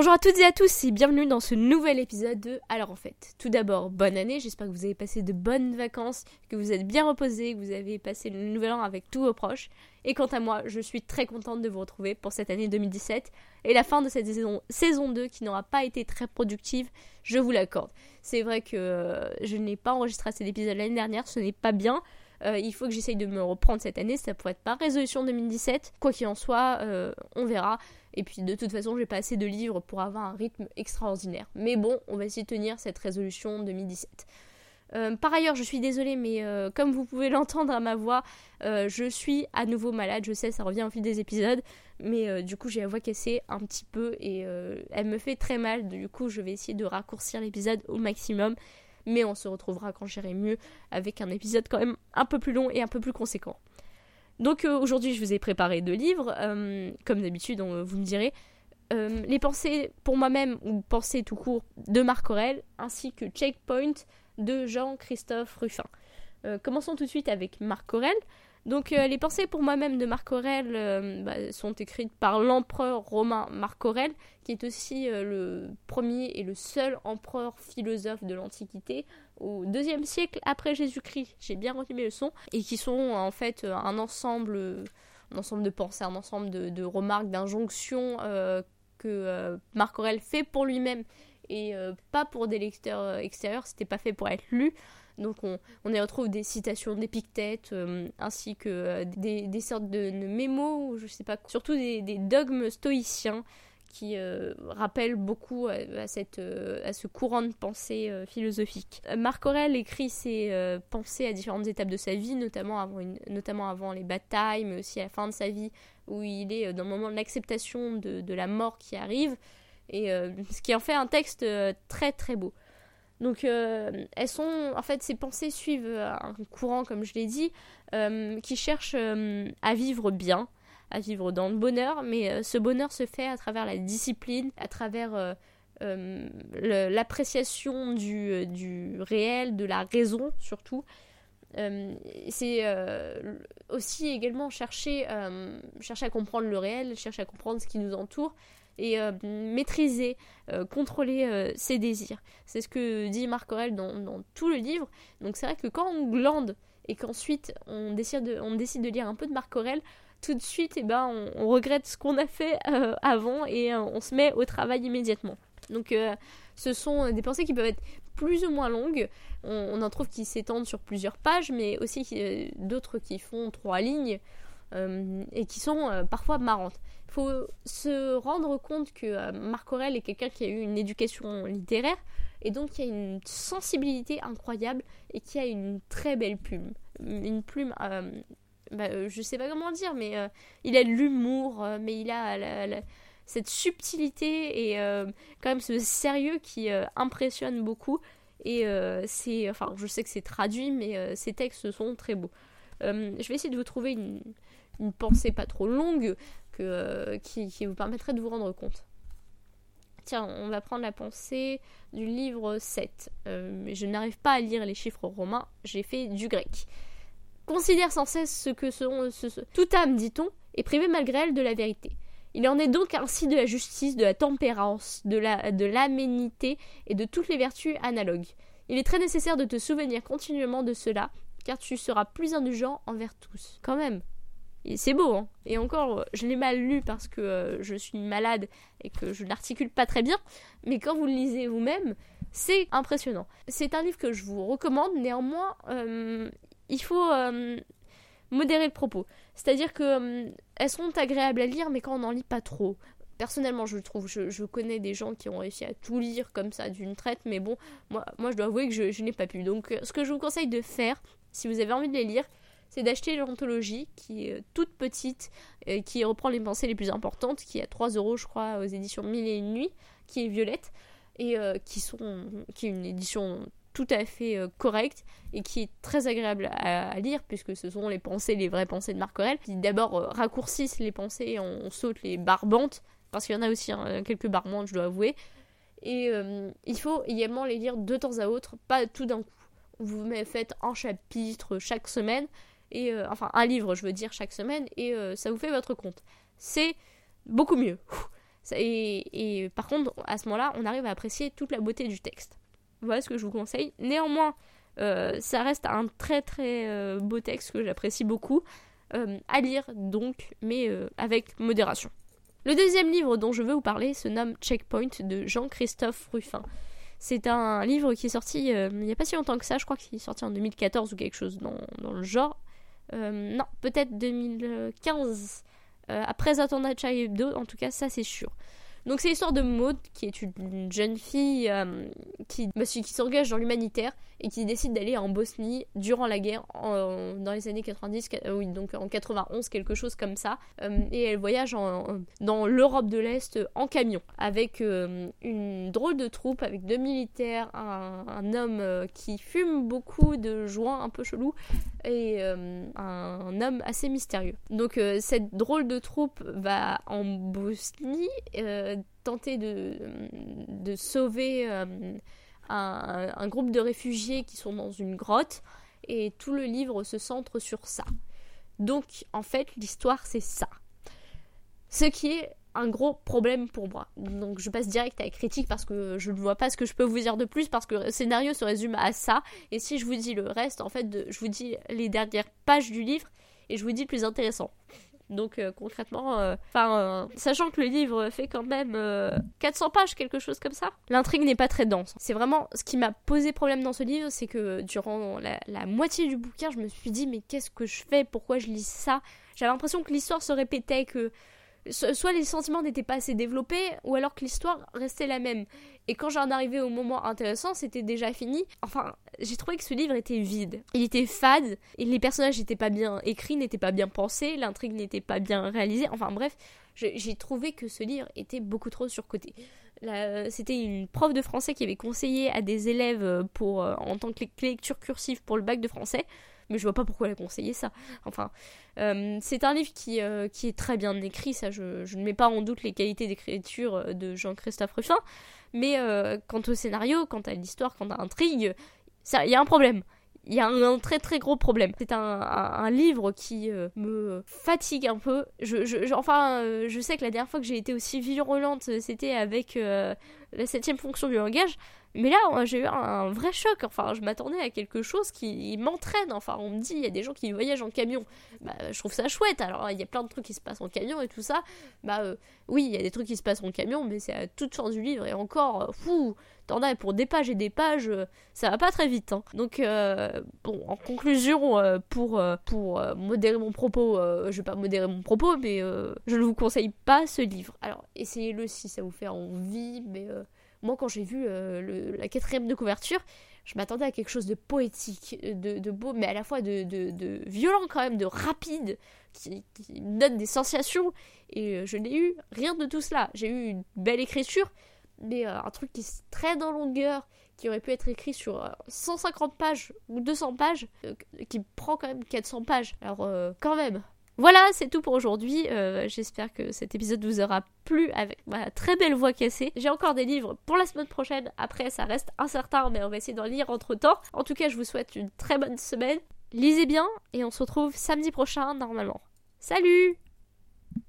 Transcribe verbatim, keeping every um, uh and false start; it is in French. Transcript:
Bonjour à toutes et à tous et bienvenue dans ce nouvel épisode de Alors en fait. Tout d'abord, bonne année, j'espère que vous avez passé de bonnes vacances, que vous êtes bien reposés, que vous avez passé le nouvel an avec tous vos proches. Et quant à moi, je suis très contente de vous retrouver pour cette année deux mille dix-sept et la fin de cette saison, saison deux qui n'aura pas été très productive, je vous l'accorde. C'est vrai que euh, je n'ai pas enregistré assez d'épisodes l'année dernière, ce n'est pas bien. Euh, il faut que j'essaye de me reprendre cette année, ça pourrait être pas résolution deux mille dix-sept, quoi qu'il en soit, euh, on verra. Et puis de toute façon, j'ai pas assez de livres pour avoir un rythme extraordinaire. Mais bon, on va essayer de tenir cette résolution deux mille dix-sept. Euh, par ailleurs, je suis désolée, mais euh, comme vous pouvez l'entendre à ma voix, euh, je suis à nouveau malade. Je sais, ça revient au fil des épisodes, mais euh, du coup, j'ai la voix cassée un petit peu et euh, elle me fait très mal. Du coup, je vais essayer de raccourcir l'épisode au maximum. Mais on se retrouvera quand j'irai mieux avec un épisode quand même un peu plus long et un peu plus conséquent. Donc euh, aujourd'hui je vous ai préparé deux livres, euh, comme d'habitude on, vous me direz, euh, les pensées pour moi-même ou pensées tout court de Marc Aurèle, ainsi que Checkpoint de Jean-Christophe Ruffin. Euh, commençons tout de suite avec Marc Aurèle. Donc euh, les pensées pour moi-même de Marc Aurèle euh, bah, sont écrites par l'empereur romain Marc Aurèle, qui est aussi euh, le premier et le seul empereur philosophe de l'Antiquité, au deuxième siècle après Jésus-Christ, j'ai bien retenu mes leçons, et qui sont en fait un ensemble, un ensemble de pensées, un ensemble de, de remarques, d'injonctions euh, que euh, Marc Aurèle fait pour lui-même, et euh, pas pour des lecteurs extérieurs, c'était pas fait pour être lu. Donc on, on y retrouve des citations d'Épictète, euh, ainsi que euh, des, des sortes de, de mémos, je sais pas, surtout des, des dogmes stoïciens qui euh, rappellent beaucoup à, à, cette, euh, à ce courant de pensée euh, philosophique. Marc Aurèle écrit ses euh, pensées à différentes étapes de sa vie, notamment avant, une, notamment avant les batailles, mais aussi à la fin de sa vie, où il est dans le moment de l'acceptation de, de la mort qui arrive, et euh, ce qui en fait un texte euh, très très beau. Donc euh, elles sont, en fait, ces pensées suivent un courant, comme je l'ai dit, euh, qui cherche euh, à vivre bien, à vivre dans le bonheur, mais euh, ce bonheur se fait à travers la discipline, à travers euh, euh, le, l'appréciation du, euh, du réel, de la raison surtout. Euh, c'est euh, aussi également chercher, euh, chercher à comprendre le réel, chercher à comprendre ce qui nous entoure, et euh, maîtriser, euh, contrôler euh, ses désirs. C'est ce que dit Marc Aurèle dans, dans tout le livre. Donc c'est vrai que quand on glande et qu'ensuite on décide de, on décide de lire un peu de Marc Aurèle, tout de suite eh ben, on, on regrette ce qu'on a fait euh, avant et euh, on se met au travail immédiatement. Donc euh, ce sont des pensées qui peuvent être plus ou moins longues. On, on en trouve qui s'étendent sur plusieurs pages, mais aussi euh, d'autres qui font trois lignes. Euh, et qui sont euh, parfois marrantes. Il faut se rendre compte que euh, Marc Aurèle est quelqu'un qui a eu une éducation littéraire et donc qui a une sensibilité incroyable et qui a une très belle plume. Une plume, euh, bah, euh, je sais pas comment dire, mais euh, il a de l'humour, euh, mais il a la, la, cette subtilité et euh, quand même ce sérieux qui euh, impressionne beaucoup. Et euh, c'est, enfin, je sais que c'est traduit, mais euh, ces textes sont très beaux. Euh, je vais essayer de vous trouver une, une pensée pas trop longue que, euh, qui, qui vous permettrait de vous rendre compte. Tiens, on va prendre la pensée du livre sept. Euh, je n'arrive pas à lire les chiffres romains, j'ai fait du grec. Considère sans cesse ce que sont... Ce, ce... Toute âme, dit-on, est privée malgré elle de la vérité. Il en est donc ainsi de la justice, de la tempérance, de, la, de l'aménité et de toutes les vertus analogues. Il est très nécessaire de te souvenir continuellement de cela, car tu seras plus indulgent envers tous. Quand même. Et c'est beau, hein. Et encore, je l'ai mal lu parce que euh, je suis malade et que je n'articule pas très bien, mais quand vous le lisez vous-même, c'est impressionnant. C'est un livre que je vous recommande, néanmoins, euh, il faut euh, modérer le propos. C'est-à-dire que euh, elles sont agréables à lire, mais quand on n'en lit pas trop. Personnellement, je trouve, je, je connais des gens qui ont réussi à tout lire comme ça d'une traite, mais bon, moi, moi je dois avouer que je, je n'ai pas pu. Donc, ce que je vous conseille de faire, si vous avez envie de les lire, c'est d'acheter l'anthologie qui est toute petite, euh, qui reprend les pensées les plus importantes, qui est à trois euros je crois aux éditions Mille et une nuits, qui est violette, et euh, qui, sont, qui est une édition tout à fait euh, correcte, et qui est très agréable à, à lire, puisque ce sont les pensées, les vraies pensées de Marc Aurèle, qui d'abord euh, raccourcissent les pensées, et on, on saute les barbantes, parce qu'il y en a aussi hein, quelques barbantes, je dois avouer, et euh, il faut également les lire de temps à autre, pas tout d'un coup. Vous faites un chapitre chaque semaine, et euh, enfin un livre je veux dire chaque semaine, et euh, ça vous fait votre compte. C'est beaucoup mieux. Et, et par contre, à ce moment-là, on arrive à apprécier toute la beauté du texte. Voilà ce que je vous conseille. Néanmoins, euh, ça reste un très très euh, beau texte que j'apprécie beaucoup. Euh, à lire donc, mais euh, avec modération. Le deuxième livre dont je veux vous parler se nomme Checkpoint de Jean-Christophe Rufin. C'est un livre qui est sorti euh, il n'y a pas si longtemps que ça, je crois qu'il est sorti en deux mille quatorze ou quelque chose dans, dans le genre. Euh, non, peut-être deux mille quinze, euh, après Attentat Charlie Hebdo, en tout cas ça c'est sûr. Donc c'est l'histoire de Maud, qui est une jeune fille euh, qui, bah, qui s'engage dans l'humanitaire et qui décide d'aller en Bosnie durant la guerre en, dans les années quatre-vingt-dix, euh, oui, donc en quatre-vingt-onze, quelque chose comme ça. Euh, et elle voyage en, en, dans l'Europe de l'Est en camion, avec euh, une drôle de troupe, avec deux militaires, un, un homme euh, qui fume beaucoup de joints un peu chelous, et euh, un, un homme assez mystérieux. Donc euh, cette drôle de troupe va en Bosnie euh, tenter de, de sauver euh, un, un groupe de réfugiés qui sont dans une grotte, et tout le livre se centre sur ça. Donc en fait l'histoire c'est ça. Ce qui est un gros problème pour moi. Donc je passe direct à la critique parce que je ne vois pas ce que je peux vous dire de plus, parce que le scénario se résume à ça, et si je vous dis le reste, en fait, de, je vous dis les dernières pages du livre, et je vous dis le plus intéressant. Donc euh, concrètement, enfin, euh, euh, sachant que le livre fait quand même euh, quatre cents pages, quelque chose comme ça, l'intrigue n'est pas très dense. C'est vraiment ce qui m'a posé problème dans ce livre, c'est que durant la, la moitié du bouquin, je me suis dit mais qu'est-ce que je fais, pourquoi je lis ça? J'avais l'impression que l'histoire se répétait, que soit les sentiments n'étaient pas assez développés, ou alors que l'histoire restait la même. Et quand j'en arrivais au moment intéressant, c'était déjà fini. Enfin, j'ai trouvé que ce livre était vide. Il était fade, et les personnages n'étaient pas bien écrits, n'étaient pas bien pensés, l'intrigue n'était pas bien réalisée. Enfin bref, j'ai trouvé que ce livre était beaucoup trop surcoté. C'était une prof de français qui avait conseillé à des élèves pour, euh, en tant que lecture cursive pour le bac de français. Mais je vois pas pourquoi elle a conseillé ça. Enfin, euh, c'est un livre qui, euh, qui est très bien écrit, ça je, je ne mets pas en doute les qualités d'écriture de Jean-Christophe Rufin, mais euh, quant au scénario, quant à l'histoire, quant à l'intrigue, il y a un problème. Il y a un, un très très gros problème. C'est un, un, un livre qui euh, me fatigue un peu. Je, je, je, enfin, euh, je sais que la dernière fois que j'ai été aussi virulente, c'était avec euh, la septième fonction du langage. Mais là, j'ai eu un vrai choc. Enfin, je m'attendais à quelque chose qui m'entraîne. Enfin, on me dit, il y a des gens qui voyagent en camion. Bah, je trouve ça chouette. Alors, il y a plein de trucs qui se passent en camion et tout ça. Bah, euh, oui, il y a des trucs qui se passent en camion, mais c'est à toute fin du livre. Et encore, euh, fou, t'en as pour des pages et des pages. Euh, ça va pas très vite. Hein. Donc, euh, bon, en conclusion, euh, pour, euh, pour euh, modérer mon propos, euh, je vais pas modérer mon propos, mais euh, je ne vous conseille pas ce livre. Alors, essayez-le si ça vous fait envie, mais... Euh, Moi, quand j'ai vu euh, le, la quatrième de couverture, je m'attendais à quelque chose de poétique, de, de beau, mais à la fois de, de, de violent quand même, de rapide, qui, qui me donne des sensations. Et euh, je n'ai eu rien de tout cela. J'ai eu une belle écriture, mais euh, un truc qui se traîne en longueur, qui aurait pu être écrit sur euh, cent cinquante pages ou deux cents pages, euh, qui prend quand même quatre cents pages. Alors, euh, quand même... Voilà, c'est tout pour aujourd'hui. Euh, j'espère que cet épisode vous aura plu avec ma très belle voix cassée. J'ai encore des livres pour la semaine prochaine. Après, ça reste incertain, mais on va essayer d'en lire entre temps. En tout cas, je vous souhaite une très bonne semaine. Lisez bien et on se retrouve samedi prochain normalement. Salut!